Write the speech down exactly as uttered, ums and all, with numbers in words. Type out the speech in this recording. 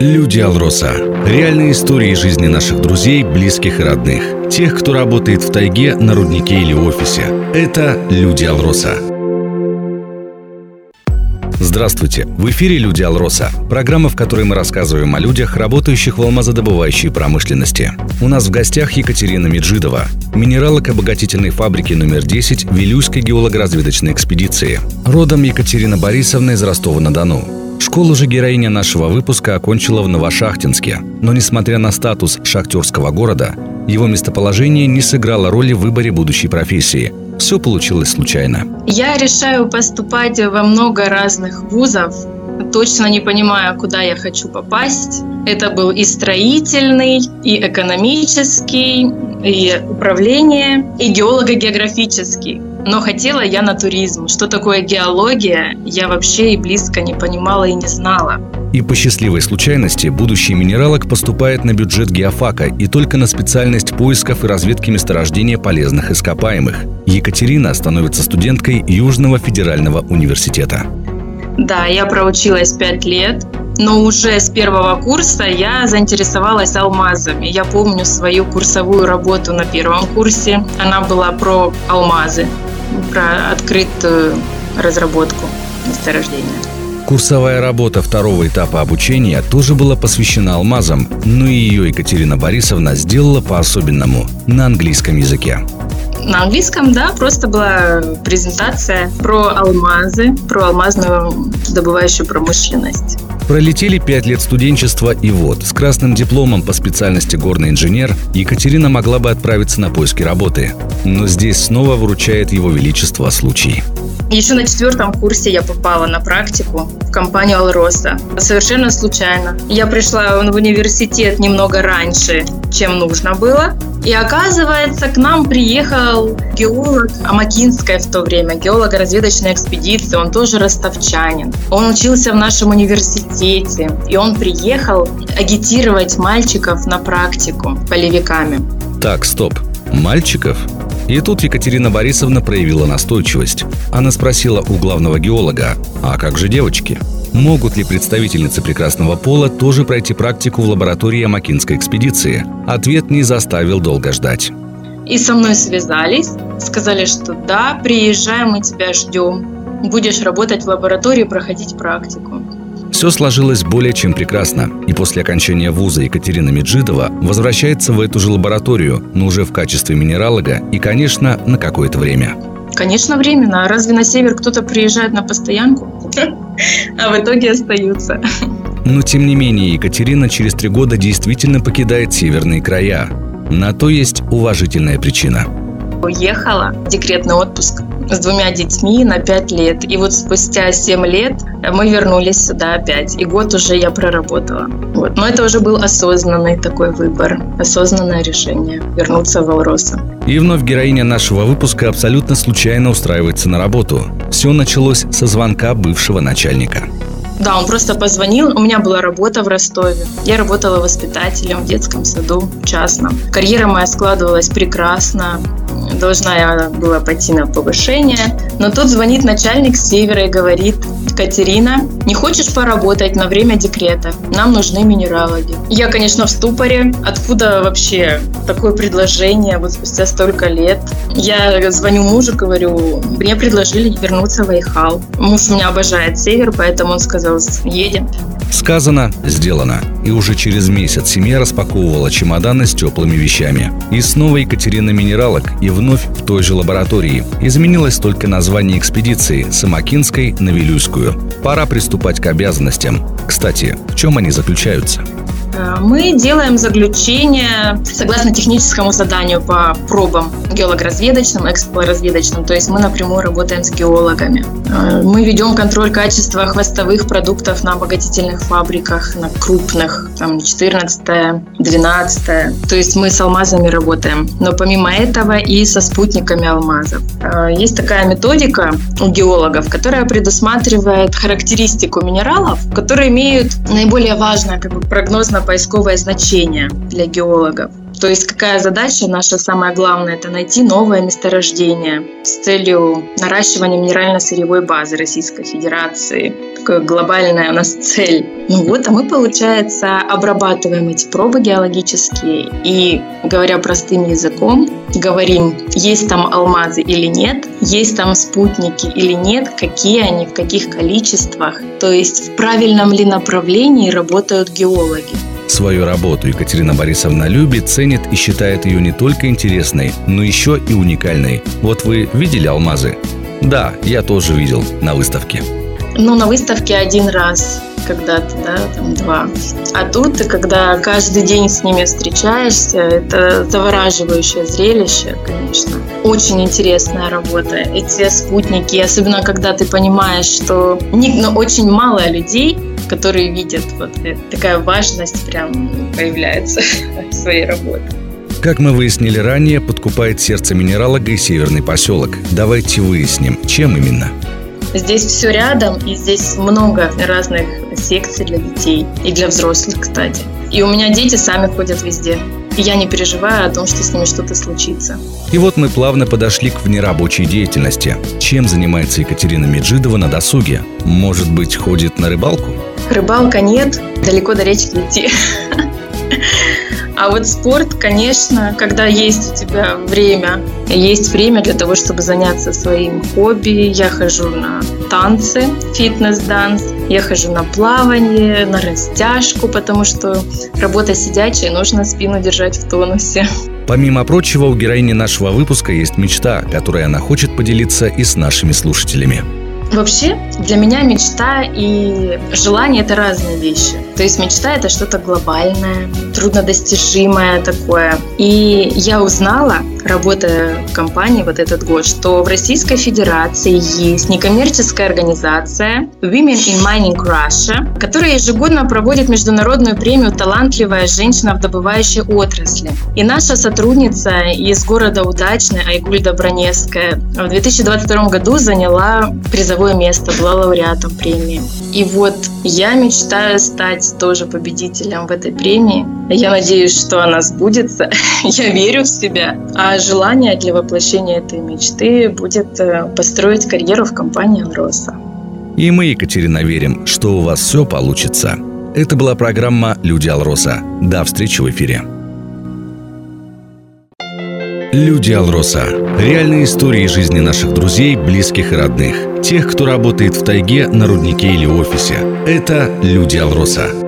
Люди Алроса. Реальные истории жизни наших друзей, близких и родных. Тех, кто работает в тайге, на руднике или офисе. Это Люди Алроса. Здравствуйте! В эфире «Люди Алроса» – программа, в которой мы рассказываем о людях, работающих в алмазодобывающей промышленности. У нас в гостях Екатерина Меджидова, минералог обогатительной фабрики номер десять Вилюйской геолого-разведочной экспедиции. Родом Екатерина Борисовна из Ростова-на-Дону. Школу же героиня нашего выпуска окончила в Новошахтинске. Но, несмотря на статус шахтерского города, его местоположение не сыграло роли в выборе будущей профессии. Все получилось случайно. Я решаю поступать во много разных вузов, точно не понимая, куда я хочу попасть. Это был и строительный, и экономический, и управление, и геолого-географический. Но хотела я на туризм. Что такое геология, я вообще и близко не понимала и не знала. И по счастливой случайности будущий минералог поступает на бюджет геофака и только на специальность поисков и разведки месторождения полезных ископаемых. Екатерина становится студенткой Южного федерального университета. Да, я проучилась пять лет, но уже с первого курса я заинтересовалась алмазами. Я помню свою курсовую работу на первом курсе. Она была про алмазы, про открытую разработку месторождения. Курсовая работа второго этапа обучения тоже была посвящена алмазам, но ее Екатерина Борисовна сделала по-особенному – на английском языке. На английском, да, просто была презентация про алмазы, про алмазную добывающую промышленность. Пролетели пять лет студенчества, и вот, с красным дипломом по специальности горный инженер, Екатерина могла бы отправиться на поиски работы. Но здесь снова выручает его величество случай. Еще на четвертом курсе я попала на практику в компанию Алроса. Совершенно случайно. Я пришла в университет немного раньше, чем нужно было. И оказывается, к нам приехал геолог Амакинская в то время, геолого-разведочная экспедиция. Он тоже ростовчанин. Он учился в нашем университете. И он приехал агитировать мальчиков на практику полевиками. Так, стоп. Мальчиков? И тут Екатерина Борисовна проявила настойчивость. Она спросила у главного геолога: а как же девочки? Могут ли представительницы прекрасного пола тоже пройти практику в лаборатории Амакинской экспедиции? Ответ не заставил долго ждать. И со мной связались, сказали, что да, приезжай, мы тебя ждем. Будешь работать в лаборатории, проходить практику. Все сложилось более чем прекрасно. И после окончания вуза Екатерина Меджидова возвращается в эту же лабораторию, но уже в качестве минералога и, конечно, на какое-то время. Конечно, временно. А разве на север кто-то приезжает на постоянку? А в итоге остаются. Но, тем не менее, Екатерина через три года действительно покидает северные края. На то есть уважительная причина. Уехала в декретный отпуск с двумя детьми на пять лет. И вот спустя семь лет мы вернулись сюда опять. И год уже я проработала. Вот. Но это уже был осознанный такой выбор, осознанное решение вернуться в Алроса. И вновь героиня нашего выпуска абсолютно случайно устраивается на работу. Все началось со звонка бывшего начальника. Да, он просто позвонил. У меня была работа в Ростове. Я работала воспитателем в детском саду, частном. Карьера моя складывалась прекрасно. Должна я была пойти на повышение. Но тут звонит начальник с севера и говорит: Екатерина, не хочешь поработать на время декрета? Нам нужны минералоги. Я, конечно, в ступоре. Откуда вообще такое предложение вот спустя столько лет? Я звоню мужу, говорю: мне предложили вернуться в Айхал. Муж у меня обожает север, поэтому он сказал: едем. Сказано, сделано. И уже через месяц семья распаковывала чемоданы с теплыми вещами. И снова Екатерина минералог, и вновь в той же лаборатории. Изменилось только название экспедиции с Амакинской на Вилюйскую. Пора приступать к обязанностям. Кстати, в чем они заключаются? Мы делаем заключение согласно техническому заданию по пробам геолого-разведочным, эксплоразведочным. То есть мы напрямую работаем с геологами. Мы ведем контроль качества хвостовых продуктов на обогатительных фабриках, на крупных, там четырнадцатая, двенадцатая. То есть мы с алмазами работаем. Но помимо этого и со спутниками алмазов. Есть такая методика у геологов, которая предусматривает характеристику минералов, которые имеют наиболее важное как бы прогнозно-поисковое значение для геологов. То есть какая задача наша самая главная – это найти новое месторождение с целью наращивания минерально-сырьевой базы Российской Федерации. такая глобальная у нас цель. Ну вот, а мы, получается, обрабатываем эти пробы геологические и, говоря простым языком, говорим, есть там алмазы или нет, есть там спутники или нет, какие они, в каких количествах, то есть в правильном ли направлении работают геологи. Свою работу Екатерина Борисовна любит, ценит и считает ее не только интересной, но еще и уникальной. Вот вы видели алмазы? Да, я тоже видел на выставке. Ну, на выставке один раз когда-то, да, там два. А тут ты, когда каждый день с ними встречаешься, это завораживающее зрелище, конечно. Очень интересная работа. Эти спутники, особенно когда ты понимаешь, что не, ну, очень мало людей, которые видят, вот такая важность прям появляется в своей работе. Как мы выяснили ранее, подкупает сердце минералога и северный поселок. Давайте выясним, чем именно. Здесь все рядом, и здесь много разных секций для детей и для взрослых, кстати. И у меня дети сами ходят везде. И я не переживаю о том, что с ними что-то случится. И вот мы плавно подошли к внерабочей деятельности. Чем занимается Екатерина Меджидова на досуге? Может быть, ходит на рыбалку? Рыбалка нет, далеко до речки идти. А вот спорт, конечно, когда есть у тебя время, есть время для того, чтобы заняться своим хобби. Я хожу на танцы, фитнес-данс, я хожу на плавание, на растяжку, потому что работа сидячая, нужно спину держать в тонусе. Помимо прочего, у героини нашего выпуска есть мечта, которой она хочет поделиться и с нашими слушателями. Вообще, для меня мечта и желание – это разные вещи. То есть мечта – это что-то глобальное, труднодостижимое такое. И я узнала, работая в компании вот этот год, что в Российской Федерации есть некоммерческая организация Women in Mining Russia, которая ежегодно проводит международную премию «Талантливая женщина в добывающей отрасли». И наша сотрудница из города Удачный, Айгуль Доброневская, в две тысячи двадцать втором году заняла призовое место, была лауреатом премии. И вот я мечтаю стать тоже победителем в этой премии. Я надеюсь, что она сбудется. Я верю в себя. А желание для воплощения этой мечты будет построить карьеру в компании «Алроса». И мы, Екатерина, верим, что у вас все получится. Это была программа «Люди Алроса». До встречи в эфире. Люди Алроса. Реальные истории жизни наших друзей, близких и родных. Тех, кто работает в тайге, на руднике или офисе. Это Люди Алроса.